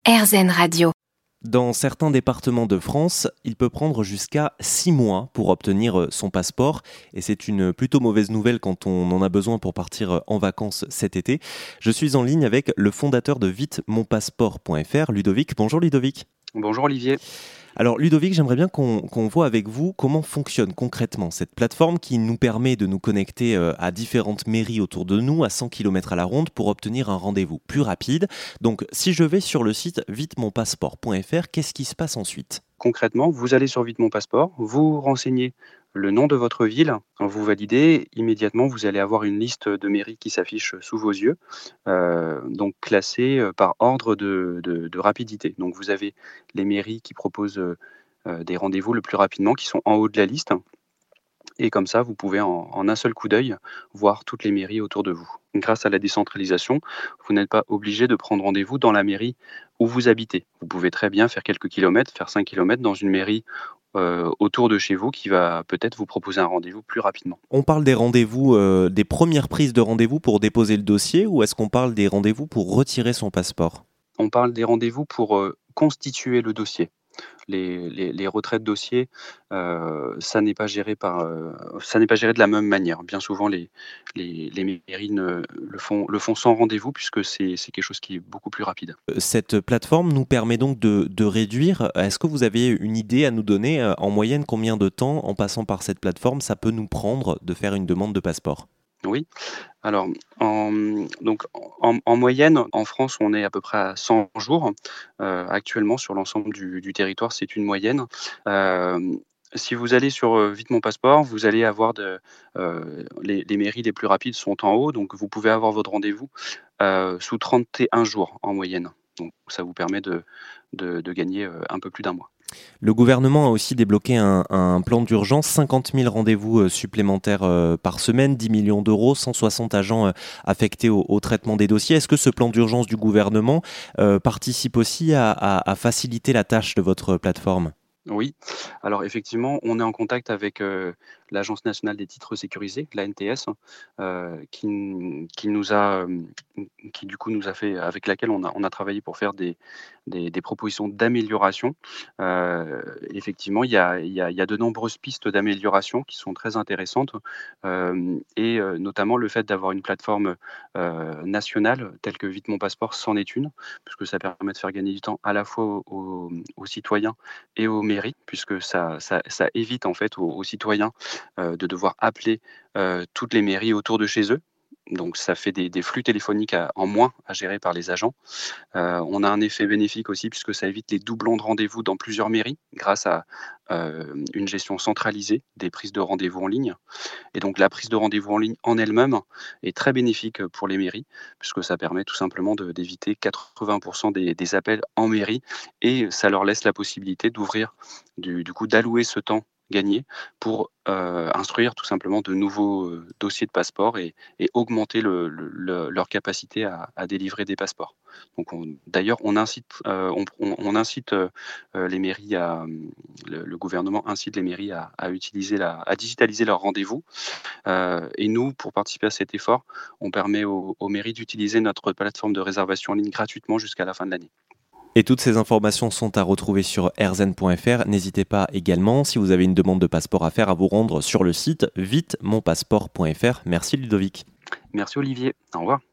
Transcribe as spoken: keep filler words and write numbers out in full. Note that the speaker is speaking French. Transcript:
AirZen Radio. Dans certains départements de France, il peut prendre jusqu'à six mois pour obtenir son passeport et c'est une plutôt mauvaise nouvelle quand on en a besoin pour partir en vacances cet été. Je suis en ligne avec le fondateur de vite mon passeport point f r, Ludovic. Bonjour Ludovic. Bonjour Olivier. Alors Ludovic, j'aimerais bien qu'on, qu'on voit avec vous comment fonctionne concrètement cette plateforme qui nous permet de nous connecter à différentes mairies autour de nous à cent kilomètres à la ronde pour obtenir un rendez-vous plus rapide. Donc si je vais sur le site vite mon passeport point f r, qu'est-ce qui se passe ensuite ? Concrètement, vous allez sur Vite mon passeport, vous renseignez le nom de votre ville, vous validez, immédiatement vous allez avoir une liste de mairies qui s'affiche sous vos yeux, euh, donc classées par ordre de, de, de rapidité. Donc vous avez les mairies qui proposent euh, des rendez-vous le plus rapidement, qui sont en haut de la liste. Et comme ça, vous pouvez en, en un seul coup d'œil voir toutes les mairies autour de vous. Grâce à la décentralisation, vous n'êtes pas obligé de prendre rendez-vous dans la mairie où vous habitez. Vous pouvez très bien faire quelques kilomètres, faire cinq kilomètres dans une mairie euh, autour de chez vous qui va peut-être vous proposer un rendez-vous plus rapidement. On parle des rendez-vous, euh, des premières prises de rendez-vous pour déposer le dossier ou est-ce qu'on parle des rendez-vous pour retirer son passeport ? On parle des rendez-vous pour euh, constituer le dossier. Les, les, les retraits de dossiers, euh, ça n'est pas géré par, euh, ça n'est pas géré de la même manière. Bien souvent, les, les, les mairies ne, le, font, le font sans rendez-vous puisque c'est, c'est quelque chose qui est beaucoup plus rapide. Cette plateforme nous permet donc de, de réduire. Est-ce que vous avez une idée à nous donner en moyenne combien de temps, en passant par cette plateforme, ça peut nous prendre de faire une demande de passeport ? Oui, alors en, donc en, en moyenne, en France, on est à peu près à cent jours. Euh, actuellement, sur l'ensemble du, du territoire, c'est une moyenne. Euh, si vous allez sur euh, Vite mon passeport, vous allez avoir de, euh, les, les mairies les plus rapides sont en haut, donc vous pouvez avoir votre rendez-vous euh, sous trente et un jours en moyenne. Donc ça vous permet de, de, de gagner euh, un peu plus d'un mois. Le gouvernement a aussi débloqué un, un plan d'urgence, cinquante mille rendez-vous supplémentaires par semaine, dix millions d'euros, cent soixante agents affectés au, au traitement des dossiers. Est-ce que ce plan d'urgence du gouvernement euh, participe aussi à, à, à faciliter la tâche de votre plateforme ? Oui, alors effectivement, on est en contact avec euh, l'Agence nationale des titres sécurisés, l'A N T S, euh, qui, qui nous a, qui du coup nous a fait, avec laquelle on a, on a travaillé pour faire des, des, des propositions d'amélioration. Euh, effectivement, il y a, il y a, il y a de nombreuses pistes d'amélioration qui sont très intéressantes, euh, et euh, notamment le fait d'avoir une plateforme euh, nationale telle que Vite mon passeport c'en est une, puisque ça permet de faire gagner du temps à la fois aux, aux, aux citoyens et aux mairies, puisque ça, ça, ça évite en fait aux, aux citoyens euh, de devoir appeler euh, toutes les mairies autour de chez eux. Donc ça fait des, des flux téléphoniques à, en moins à gérer par les agents. Euh, on a un effet bénéfique aussi puisque ça évite les doublons de rendez-vous dans plusieurs mairies grâce à euh, une gestion centralisée des prises de rendez-vous en ligne. Et donc la prise de rendez-vous en ligne en elle-même est très bénéfique pour les mairies puisque ça permet tout simplement de, d'éviter quatre-vingts pour cent des, des appels en mairie et ça leur laisse la possibilité d'ouvrir, du, du coup d'allouer ce temps gagné pour euh, instruire tout simplement de nouveaux euh, dossiers de passeport et, et augmenter le, le, leur capacité à, à délivrer des passeports. Donc on, d'ailleurs, on incite, euh, on, on, on incite euh, les mairies à, le, le gouvernement incite les mairies à, à utiliser la, à digitaliser leurs rendez-vous. Euh, et nous, pour participer à cet effort, on permet aux, aux mairies d'utiliser notre plateforme de réservation en ligne gratuitement jusqu'à la fin de l'année. Et toutes ces informations sont à retrouver sur airzen point f r. N'hésitez pas également, si vous avez une demande de passeport à faire, à vous rendre sur le site vite mon passeport point f r. Merci Ludovic. Merci Olivier. Au revoir.